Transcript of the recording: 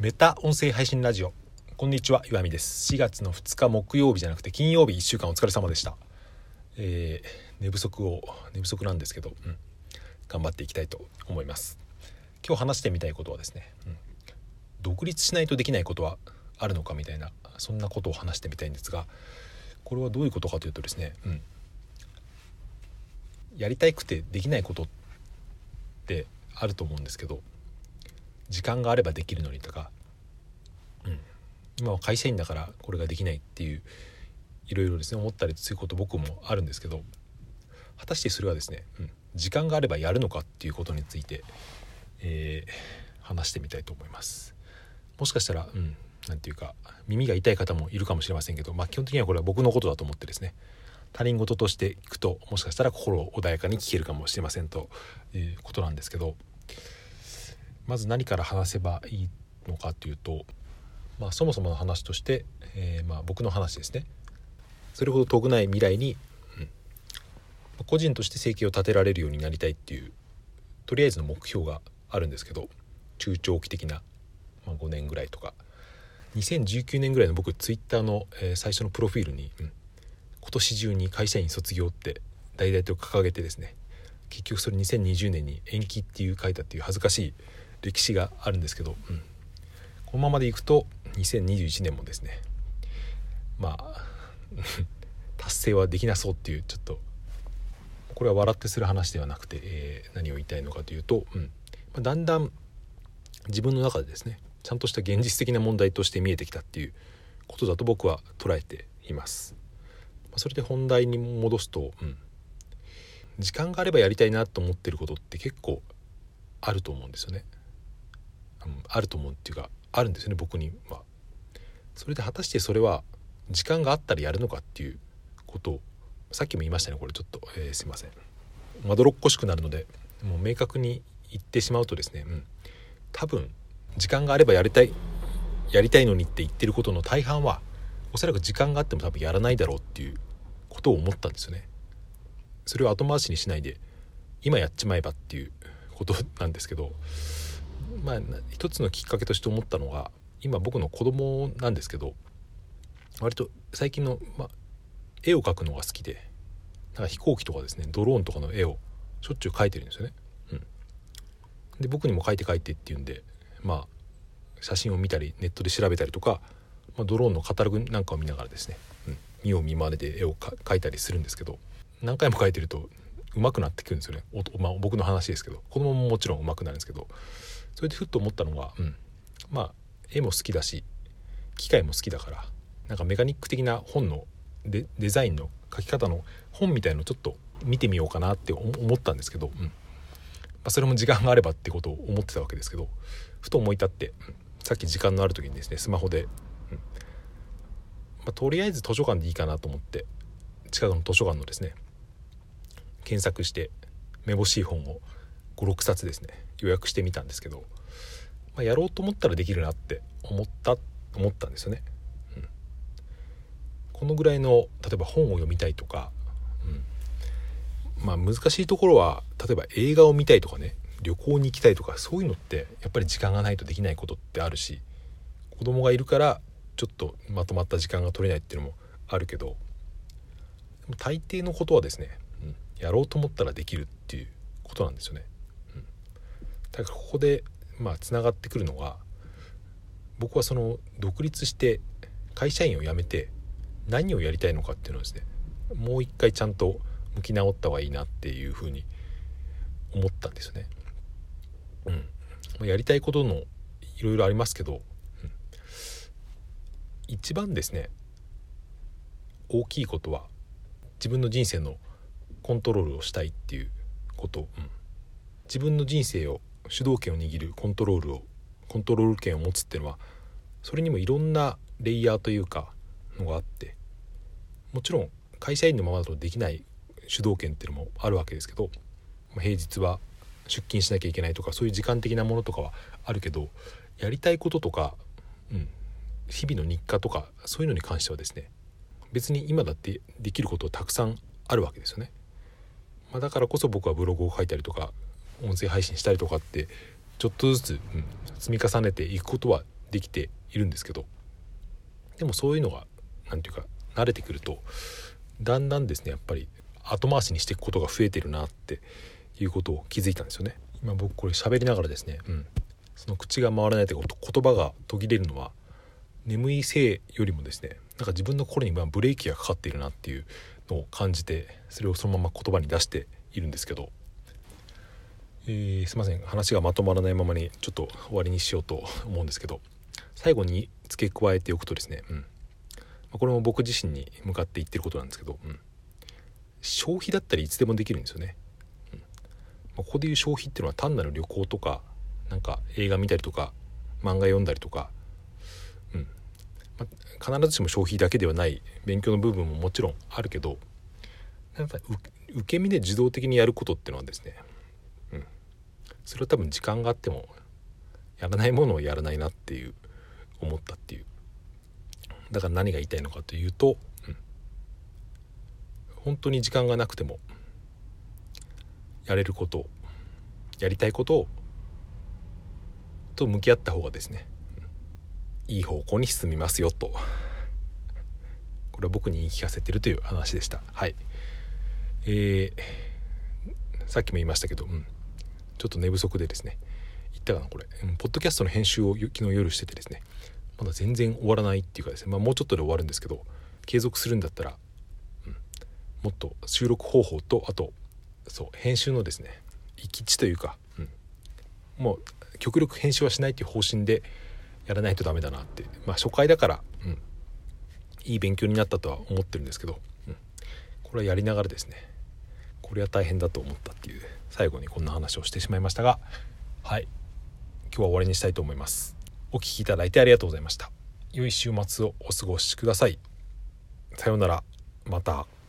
メタ音声配信ラジオ、こんにちは、岩見です。4月の2日木曜日じゃなくて金曜日、1週間お疲れ様でした。寝不足なんですけど、頑張っていきたいと思います。今日話してみたいことはですね、独立しないとできないことはあるのかみたいな、そんなことを話してみたいんですが、これはどういうことかというとですね、やりたくてできないことってあると思うんですけど、時間があればできるのにとか、今は会社員だからこれができないっていういろいろですね思ったりすること僕もあるんですけど、果たしてそれはですね、時間があればやるのかっていうことについて、話してみたいと思います。もしかしたらなんていうか耳が痛い方もいるかもしれませんけど、基本的にはこれは僕のことだと思ってですね、他人事として聞くともしかしたら心穏やかに聞けるかもしれませんということなんですけど、まず何から話せばいいのかというと、そもそもの話として、僕の話ですね。それほど遠くない未来に、個人として生計を立てられるようになりたいっていうとりあえずの目標があるんですけど、中長期的な、5年ぐらいとか2019年ぐらいの僕ツイッターの、最初のプロフィールに、今年中に会社員卒業って大々と掲げてですね、結局それ2020年に延期っていう書いたっていう恥ずかしい歴史があるんですけど、このままでいくと2021年もですね達成はできなそうっていう、ちょっとこれは笑ってする話ではなくて、何を言いたいのかというと、だんだん自分の中でですねちゃんとした現実的な問題として見えてきたっていうことだと僕は捉えています。それで本題に戻すと、時間があればやりたいなと思ってることって結構あると思うんですよね。あると思うっていうかあるんですよね、僕には。それで果たしてそれは時間があったらやるのかっていうことをさっきも言いましたね。これちょっと、すいません、まどろっこしくなるのでもう明確に言ってしまうとですね、多分時間があればやりたいのにって言ってることの大半はおそらく時間があっても多分やらないだろうっていうことを思ったんですよね。それを後回しにしないで今やっちまえばっていうことなんですけど、一つのきっかけとして思ったのが、今僕の子供なんですけど、割と最近の、絵を描くのが好きで、飛行機とかですねドローンとかの絵をしょっちゅう描いてるんですよね。で僕にも描いてっていうんで、写真を見たりネットで調べたりとか、ドローンのカタログなんかを見ながらですね、見よう見まねで絵を描いたりするんですけど、何回も描いてると上手くなってくるんですよね。僕の話ですけど、子供ももちろん上手くなるんですけど、それでふっと思ったのが、絵も好きだし機械も好きだから、メカニック的な本のデザインの描き方の本みたいのをちょっと見てみようかなって思ったんですけど、それも時間があればってことを思ってたわけですけど、ふと思い立って、さっき時間のある時にですねスマホで、とりあえず図書館でいいかなと思って近くの図書館のですね検索してめぼしい本を5、6冊ですね予約してみたんですけど、やろうと思ったらできるなって思ったんですよね。このぐらいの例えば本を読みたいとか、難しいところは例えば映画を見たいとかね、旅行に行きたいとか、そういうのってやっぱり時間がないとできないことってあるし、子供がいるからちょっとまとまった時間が取れないっていうのもあるけど、でも大抵のことはですね、やろうと思ったらできるっていうことなんですよね。だからここでつながってくるのが、僕はその独立して会社員を辞めて何をやりたいのかっていうのをですね、もう一回ちゃんと向き直った方がいいなっていうふうに思ったんですよね。やりたいことのいろいろありますけど、一番ですね大きいことは自分の人生のコントロールをしたいっていうこと、自分の人生を主導権を握るコントロール権を持つっていうのは、それにもいろんなレイヤーというかのがあって、もちろん会社員のままだとできない主導権っていうのもあるわけですけど、平日は出勤しなきゃいけないとか、そういう時間的なものとかはあるけど、やりたいこととか、日々の日課とかそういうのに関してはですね、別に今だってできることたくさんあるわけですよね。だからこそ僕はブログを書いたりとか音声配信したりとかってちょっとずつ、積み重ねていくことはできているんですけど、でもそういうのがなんていうか慣れてくるとだんだんですねやっぱり後回しにしていくことが増えてるなっていうことを気づいたんですよね。今僕これ喋りながらですね、その口が回らないというか言葉が途切れるのは眠いせいよりもですねなんか自分の心にブレーキがかかっているなっていうのを感じて、それをそのまま言葉に出しているんですけど、すいません、話がまとまらないままにちょっと終わりにしようと思うんですけど、最後に付け加えておくとですね、これも僕自身に向かって言ってることなんですけど、消費だったりいつでもできるんですよね。ここでいう消費っていうのは単なる旅行とかなんか映画見たりとか漫画読んだりとか、必ずしも消費だけではない勉強の部分ももちろんあるけど、なんか受け身で自動的にやることっていうのはですね、それは多分時間があってもやらないものをやらないなっていう思ったっていう。だから何が言いたいのかというと、本当に時間がなくてもやれること、やりたいことと向き合った方がですね、いい方向に進みますよと、これは僕に言い聞かせてるという話でした。はい。さっきも言いましたけど、ちょっと寝不足でですね、言ったかなこれ、ポッドキャストの編集を昨日夜しててですね、まだ全然終わらないっていうかですね、もうちょっとで終わるんですけど、継続するんだったら、もっと収録方法とあと編集のですね行き地というか、もう極力編集はしないという方針でやらないとダメだなって、初回だから、いい勉強になったとは思ってるんですけど、これはやりながらですね、これは大変だと思ったっていう、最後にこんな話をしてしまいましたが、はい、今日は終わりにしたいと思います。お聞きいただいてありがとうございました。良い週末をお過ごしください。さようなら、また。